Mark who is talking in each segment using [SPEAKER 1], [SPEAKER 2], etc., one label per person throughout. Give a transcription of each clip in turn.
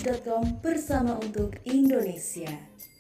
[SPEAKER 1] halopis.com bersama untuk Indonesia.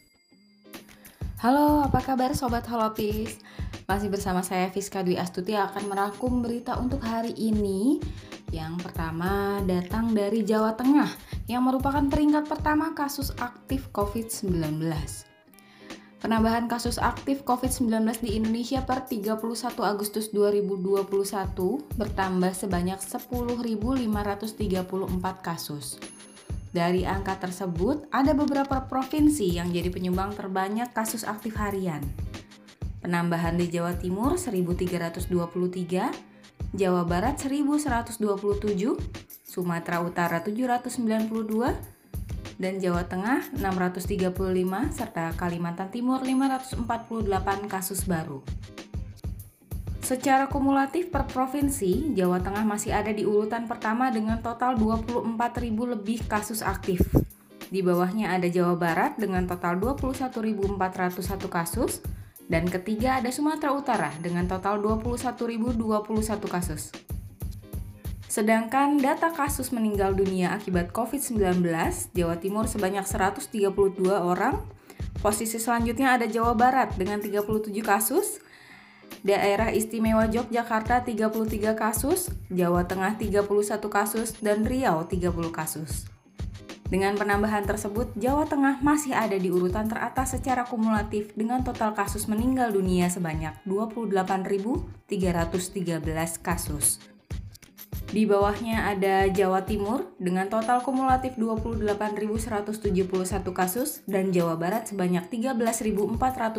[SPEAKER 2] Halo, apa kabar Sobat Halopis? Masih bersama saya Fiska Dwi Astuti akan merangkum berita untuk hari ini. Yang pertama datang dari Jawa Tengah yang merupakan peringkat pertama kasus aktif COVID-19. Penambahan kasus aktif COVID-19 di Indonesia per 31 Agustus 2021 bertambah sebanyak 10.534 kasus. Dari angka tersebut, ada beberapa provinsi yang jadi penyumbang terbanyak kasus aktif harian. Penambahan di Jawa Timur 1.323, Jawa Barat 1.127, Sumatera Utara 792, dan Jawa Tengah 635, serta Kalimantan Timur 548 kasus baru. Secara kumulatif per provinsi, Jawa Tengah masih ada di urutan pertama dengan total 24.000 lebih kasus aktif. Di bawahnya ada Jawa Barat dengan total 21.401 kasus, dan ketiga ada Sumatera Utara dengan total 21.021 kasus. Sedangkan data kasus meninggal dunia akibat COVID-19, Jawa Timur sebanyak 132 orang, posisi selanjutnya ada Jawa Barat dengan 37 kasus, Daerah Istimewa Yogyakarta 33 kasus, Jawa Tengah 31 kasus, dan Riau 30 kasus. Dengan penambahan tersebut, Jawa Tengah masih ada di urutan teratas secara kumulatif dengan total kasus meninggal dunia sebanyak 28.313 kasus. Di bawahnya ada Jawa Timur dengan total kumulatif 28.171 kasus dan Jawa Barat sebanyak 13.478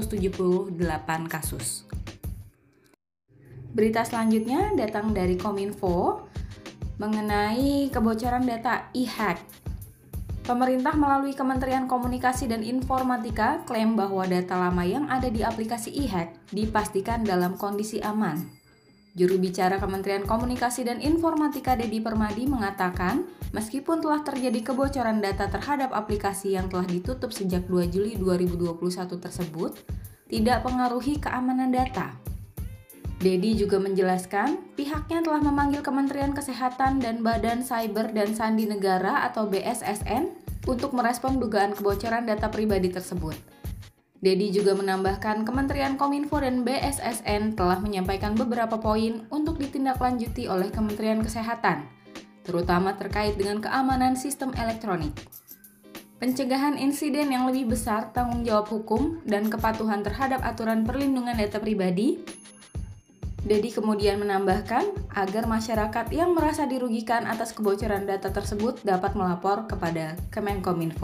[SPEAKER 2] kasus. Berita selanjutnya datang dari Kominfo mengenai kebocoran data e-hack. Pemerintah melalui Kementerian Komunikasi dan Informatika klaim bahwa data lama yang ada di aplikasi e-hack dipastikan dalam kondisi aman. Juru bicara Kementerian Komunikasi dan Informatika Dedi Permadi mengatakan, meskipun telah terjadi kebocoran data terhadap aplikasi yang telah ditutup sejak 2 Juli 2021 tersebut, tidak pengaruhi keamanan data. Dedi juga menjelaskan, pihaknya telah memanggil Kementerian Kesehatan dan Badan Cyber dan Sandi Negara atau BSSN untuk merespon dugaan kebocoran data pribadi tersebut. Dedi juga menambahkan Kementerian Kominfo dan BSSN telah menyampaikan beberapa poin untuk ditindaklanjuti oleh Kementerian Kesehatan, terutama terkait dengan keamanan sistem elektronik. Pencegahan insiden yang lebih besar, tanggung jawab hukum, dan kepatuhan terhadap aturan perlindungan data pribadi. Dedi kemudian menambahkan agar masyarakat yang merasa dirugikan atas kebocoran data tersebut dapat melapor kepada Kemenkominfo.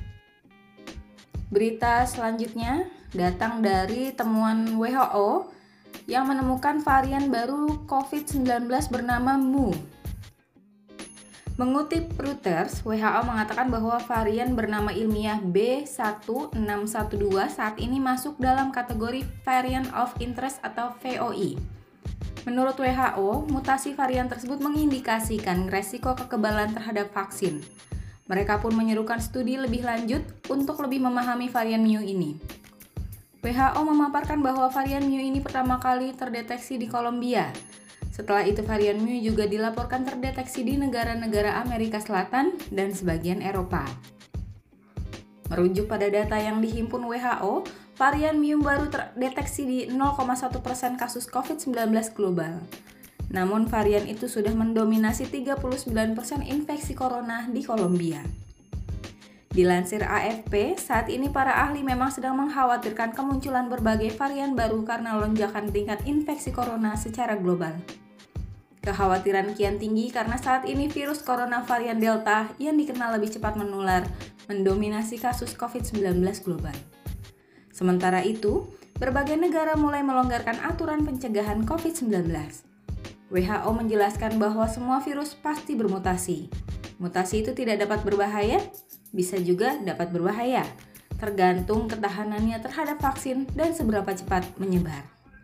[SPEAKER 2] Berita selanjutnya datang dari temuan WHO yang menemukan varian baru COVID-19 bernama Mu. Mengutip Reuters, WHO mengatakan bahwa varian bernama ilmiah B1612 saat ini masuk dalam kategori Variant of Interest atau VOI. Menurut WHO, mutasi varian tersebut mengindikasikan resiko kekebalan terhadap vaksin. Mereka pun menyerukan studi lebih lanjut untuk lebih memahami varian Mu ini. WHO memaparkan bahwa varian Mu ini pertama kali terdeteksi di Kolombia. Setelah itu varian Mu juga dilaporkan terdeteksi di negara-negara Amerika Selatan dan sebagian Eropa. Merujuk pada data yang dihimpun WHO, varian Mu baru terdeteksi di 0,1% kasus COVID-19 global. Namun varian itu sudah mendominasi 39% infeksi corona di Kolombia. Dilansir AFP, saat ini para ahli memang sedang mengkhawatirkan kemunculan berbagai varian baru karena lonjakan tingkat infeksi corona secara global. Kekhawatiran kian tinggi karena saat ini virus corona varian Delta yang dikenal lebih cepat menular mendominasi kasus COVID-19 global. Sementara itu, berbagai negara mulai melonggarkan aturan pencegahan COVID-19. WHO menjelaskan bahwa semua virus pasti bermutasi. Mutasi itu tidak dapat berbahaya, bisa juga dapat berbahaya, tergantung ketahanannya terhadap vaksin dan seberapa cepat menyebar.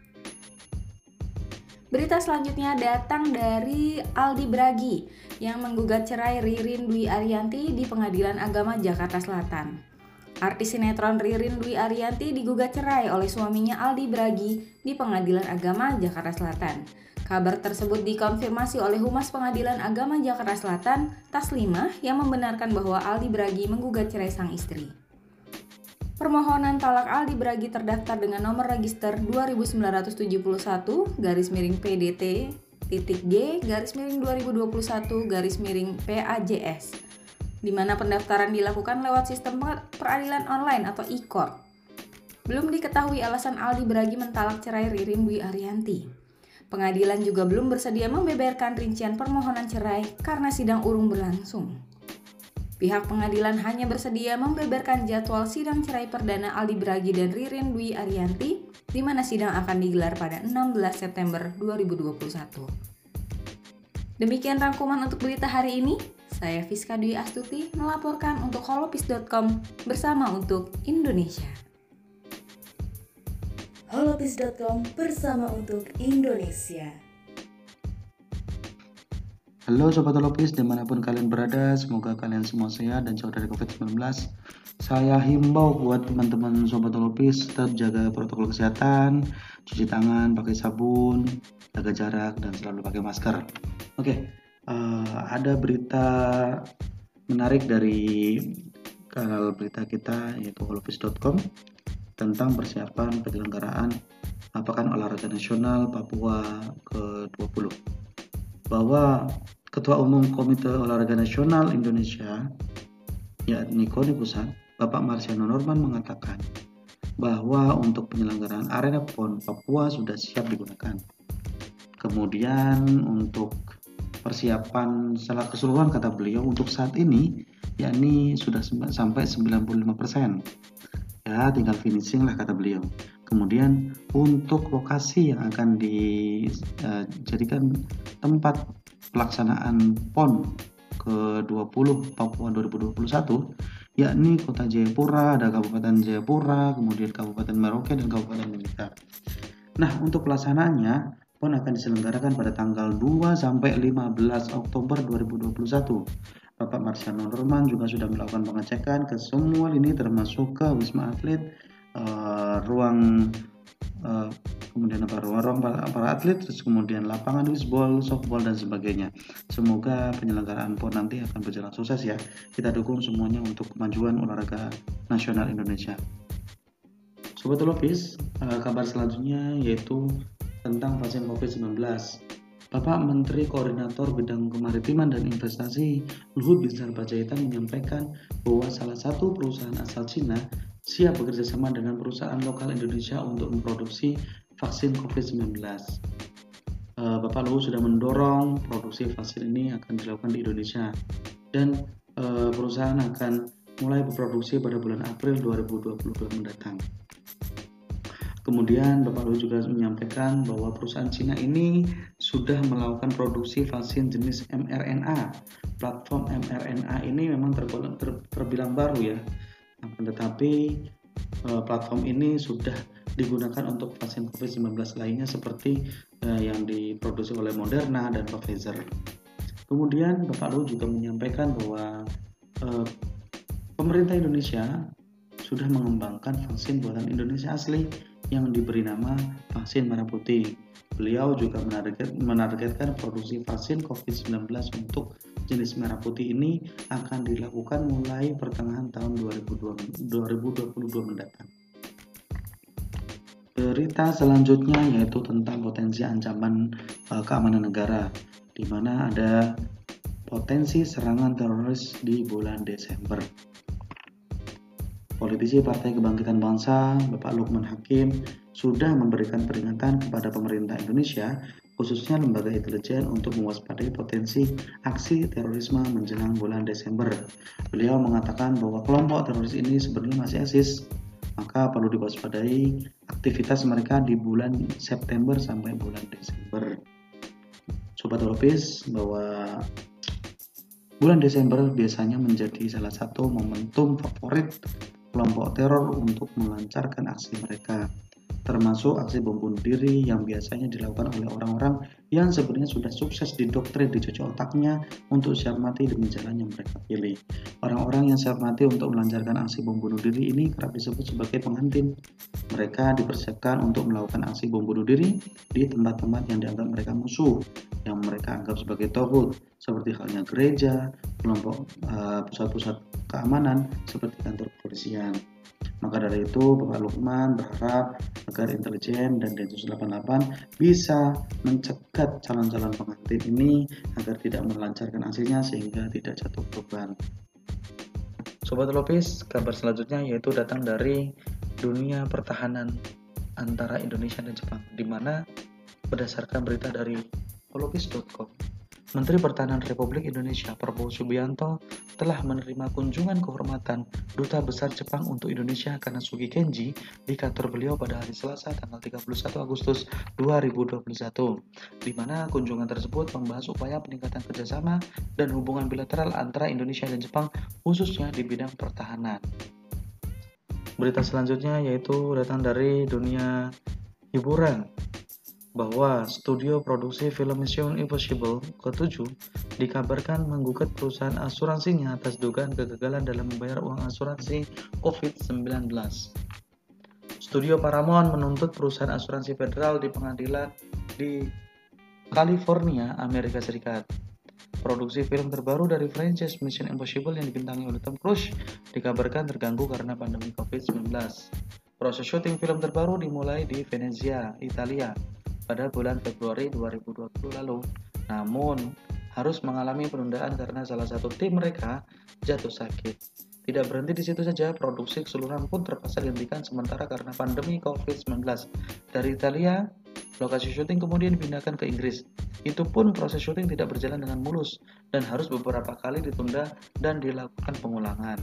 [SPEAKER 2] Berita selanjutnya datang dari Aldi Bragi yang menggugat cerai Ririn Dwi Ariyanti di Pengadilan Agama Jakarta Selatan. Artis sinetron Ririn Dwi Ariyanti digugat cerai oleh suaminya Aldi Bragi di Pengadilan Agama Jakarta Selatan. Kabar tersebut dikonfirmasi oleh Humas Pengadilan Agama Jakarta Selatan, Taslimah, yang membenarkan bahwa Aldi Bragi menggugat cerai sang istri. Permohonan talak Aldi Bragi terdaftar dengan nomor register 2971-G-2021-PAJS, di mana pendaftaran dilakukan lewat sistem peradilan online atau e-court. Belum diketahui alasan Aldi Bragi mentalak cerai Ririn Dwi Ariyanti. Pengadilan juga belum bersedia membeberkan rincian permohonan cerai karena sidang urung berlangsung. Pihak pengadilan hanya bersedia membeberkan jadwal sidang cerai perdana Aldi Bragi dan Ririn Dwi Ariyanti, di mana sidang akan digelar pada 16 September 2021. Demikian rangkuman untuk berita hari ini. Saya Fiska Dwi Astuti melaporkan untuk holopis.com bersama untuk Indonesia.
[SPEAKER 1] holopis.com bersama untuk Indonesia.
[SPEAKER 3] Halo Sobat Holopis, dimanapun kalian berada, semoga kalian semua sehat dan jauh dari COVID-19. Saya himbau buat teman-teman Sobat Holopis tetap jaga protokol kesehatan, cuci tangan, pakai sabun, jaga jarak, dan selalu pakai masker. Ada berita menarik dari kanal berita kita yaitu holopis.com tentang persiapan penyelenggaraan Pekan Olahraga Nasional Papua ke-20, bahwa Ketua Umum Komite Olahraga Nasional Indonesia yakni KONI Pusat, Bapak Marsiano Norman mengatakan bahwa untuk penyelenggaraan Arena PON Papua sudah siap digunakan. Kemudian untuk persiapan secara keseluruhan, kata beliau, untuk saat ini yakni sudah sampai 95%. Ya, tinggal finishing lah, kata beliau. Kemudian untuk lokasi yang akan dijadikan tempat pelaksanaan PON ke-20 Papua 2021 yakni Kota Jayapura, ada Kabupaten Jayapura, kemudian Kabupaten Merauke dan Kabupaten Mimika. Nah, untuk pelaksanaannya PON akan diselenggarakan pada tanggal 2 sampai 15 Oktober 2021. Bapak Marsiano Norman juga sudah melakukan pengecekan ke semua lini termasuk ke Wisma Atlet, ruang para atlet, terus kemudian lapangan wisbol, softball dan sebagainya. Semoga penyelenggaraan PON nanti akan berjalan sukses ya. Kita dukung semuanya untuk kemajuan olahraga nasional Indonesia. Sobat Holopis, kabar selanjutnya yaitu tentang vaksin COVID-19. Bapak Menteri Koordinator Bidang Kemaritiman dan Investasi Luhut Binsar Panjaitan menyampaikan bahwa salah satu perusahaan asal Cina siap bekerjasama dengan perusahaan lokal Indonesia untuk memproduksi vaksin COVID-19. Bapak Luhut sudah mendorong produksi vaksin ini akan dilakukan di Indonesia dan perusahaan akan mulai berproduksi pada bulan April 2022 mendatang. Kemudian Bapak Luhut juga menyampaikan bahwa perusahaan Cina ini sudah melakukan produksi vaksin jenis mRNA. Platform mRNA ini memang terbilang baru ya, tetapi platform ini sudah digunakan untuk vaksin COVID-19 lainnya seperti yang diproduksi oleh Moderna dan Pfizer. Kemudian Bapak Luhut juga menyampaikan bahwa pemerintah Indonesia sudah mengembangkan vaksin buatan Indonesia asli yang diberi nama vaksin merah putih. Beliau juga menargetkan produksi vaksin COVID-19 untuk jenis merah putih ini akan dilakukan mulai pertengahan tahun 2022 mendatang. Berita selanjutnya yaitu tentang potensi ancaman keamanan negara, di mana ada potensi serangan teroris di bulan Desember. Politisi Partai Kebangkitan Bangsa, Bapak Lukman Hakim, sudah memberikan peringatan kepada pemerintah Indonesia, khususnya lembaga intelijen, untuk mewaspadai potensi aksi terorisme menjelang bulan Desember. Beliau mengatakan bahwa kelompok teroris ini sebenarnya masih eksis, maka perlu diwaspadai aktivitas mereka di bulan September sampai bulan Desember. Sobat Holopis, bahwa bulan Desember biasanya menjadi salah satu momentum favorit kelompok teror untuk melancarkan aksi mereka. termasuk aksi bom bunuh diri yang biasanya dilakukan oleh orang-orang yang sebenarnya sudah sukses didoktrin, dicocok otaknya untuk siap mati demi jalan yang mereka pilih. Orang-orang yang siap mati untuk melancarkan aksi bom bunuh diri ini kerap disebut sebagai pengantin. Mereka dipersiapkan untuk melakukan aksi bom bunuh diri di tempat-tempat yang dianggap mereka musuh, yang mereka anggap sebagai toghut, seperti halnya gereja, kelompok pusat-pusat keamanan seperti kantor kepolisian. Maka dari itu, Bapak Lukman berharap agar intelijen dan Densus 88 bisa mencegat calon-calon pengantin ini agar tidak melancarkan aksinya sehingga tidak jatuh korban. Sobat Holopis, kabar selanjutnya yaitu datang dari dunia pertahanan antara Indonesia dan Jepang, di mana berdasarkan berita dari holopis.com, Menteri Pertahanan Republik Indonesia Prabowo Subianto telah menerima kunjungan kehormatan Duta Besar Jepang untuk Indonesia Kanasugi Kenji di kantor beliau pada hari Selasa tanggal 31 Agustus 2021, di mana kunjungan tersebut membahas upaya peningkatan kerjasama dan hubungan bilateral antara Indonesia dan Jepang khususnya di bidang pertahanan. Berita selanjutnya yaitu datang dari dunia hiburan, bahwa studio produksi film Mission Impossible ke-7 dikabarkan menggugat perusahaan asuransinya atas dugaan kegagalan dalam membayar uang asuransi COVID-19. Studio Paramount menuntut perusahaan asuransi federal di pengadilan di California, Amerika Serikat. Produksi film terbaru dari franchise Mission Impossible yang dibintangi oleh Tom Cruise dikabarkan terganggu karena pandemi COVID-19. Proses syuting film terbaru dimulai di Venezia, Italia pada bulan Februari 2020 lalu, namun harus mengalami penundaan karena salah satu tim mereka jatuh sakit. Tidak berhenti di situ saja, produksi keseluruhan pun terpaksa dihentikan sementara karena pandemi COVID-19. Dari Italia, lokasi syuting kemudian dipindahkan ke Inggris. Itu pun proses syuting tidak berjalan dengan mulus dan harus beberapa kali ditunda dan dilakukan pengulangan.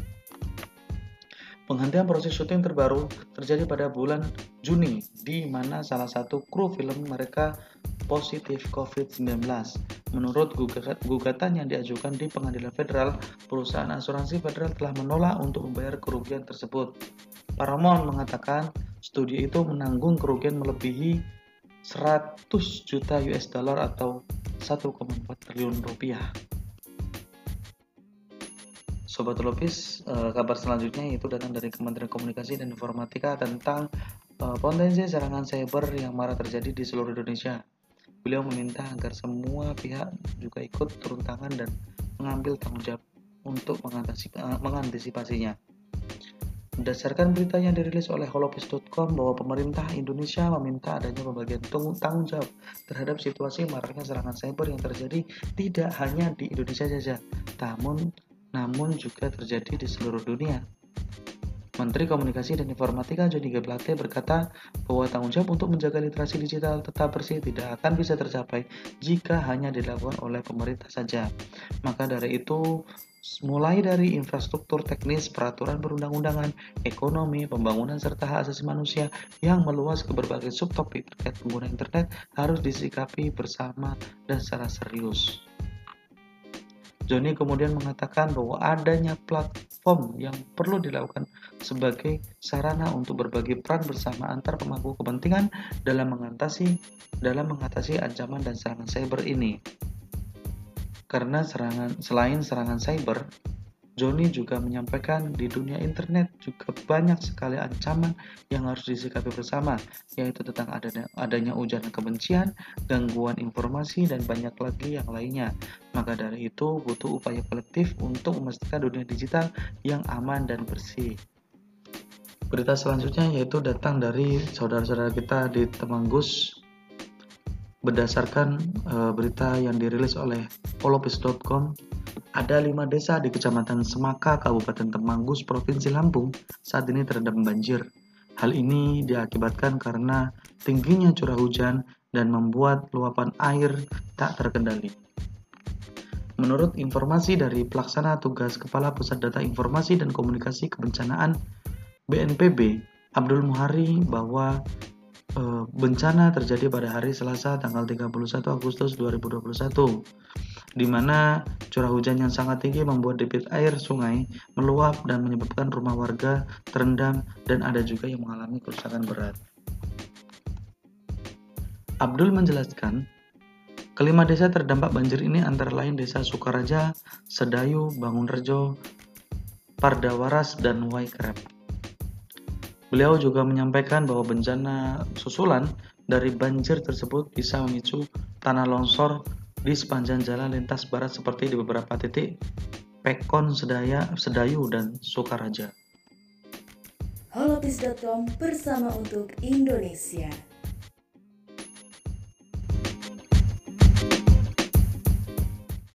[SPEAKER 3] Penghentian proses syuting terbaru terjadi pada bulan Juni, di mana salah satu kru film mereka positif COVID-19. Menurut gugatan yang diajukan di pengadilan federal, perusahaan asuransi federal telah menolak untuk membayar kerugian tersebut. Paramount mengatakan studio itu menanggung kerugian melebihi 100 juta US dollar atau 1,4 triliun rupiah. Sobat Holopis, kabar selanjutnya yaitu datang dari Kementerian Komunikasi dan Informatika tentang potensi serangan cyber yang marak terjadi di seluruh Indonesia. Beliau meminta agar semua pihak juga ikut turun tangan dan mengambil tanggung jawab untuk mengantisipasinya. Berdasarkan berita yang dirilis oleh holopis.com bahwa pemerintah Indonesia meminta adanya pembagian tanggung jawab terhadap situasi maraknya serangan cyber yang terjadi tidak hanya di Indonesia saja, namun juga terjadi di seluruh dunia. Menteri Komunikasi dan Informatika Johnny G. Plate berkata bahwa tanggung jawab untuk menjaga literasi digital tetap bersih tidak akan bisa tercapai jika hanya dilakukan oleh pemerintah saja. Maka dari itu, mulai dari infrastruktur teknis, peraturan perundang-undangan, ekonomi, pembangunan, serta hak asasi manusia yang meluas ke berbagai subtopik terkait pengguna internet harus disikapi bersama dan secara serius. Johnny kemudian mengatakan bahwa adanya platform yang perlu dilakukan sebagai sarana untuk berbagi peran bersama antar pemangku kepentingan dalam mengatasi ancaman dan serangan cyber ini. Karena selain serangan cyber, Johnny juga menyampaikan di dunia internet juga banyak sekali ancaman yang harus disikapi bersama, yaitu tentang adanya ujaran kebencian, gangguan informasi, dan banyak lagi yang lainnya. Maka dari itu butuh upaya kolektif untuk memastikan dunia digital yang aman dan bersih. Berita selanjutnya yaitu datang dari saudara-saudara kita di Temanggus. Berdasarkan berita yang dirilis oleh holopis.com, ada 5 desa di Kecamatan Semaka, Kabupaten Temanggus, Provinsi Lampung saat ini terendam banjir. Hal ini diakibatkan karena tingginya curah hujan dan membuat luapan air tak terkendali. Menurut informasi dari Pelaksana Tugas Kepala Pusat Data Informasi dan Komunikasi Kebencanaan BNPB, Abdul Muhari, bahwa bencana terjadi pada hari Selasa tanggal 31 Agustus 2021, di mana curah hujan yang sangat tinggi membuat debit air sungai meluap dan menyebabkan rumah warga terendam dan ada juga yang mengalami kerusakan berat. Abdul menjelaskan, kelima desa terdampak banjir ini antara lain Desa Sukaraja, Sedayu, Bangunrejo, Pardawaras, dan Waikrep. Beliau juga menyampaikan bahwa bencana susulan dari banjir tersebut bisa memicu tanah longsor di sepanjang jalan lintas barat seperti di beberapa titik Pekon, Sedayu, dan Sukaraja.
[SPEAKER 1] Holopis.com bersama untuk Indonesia.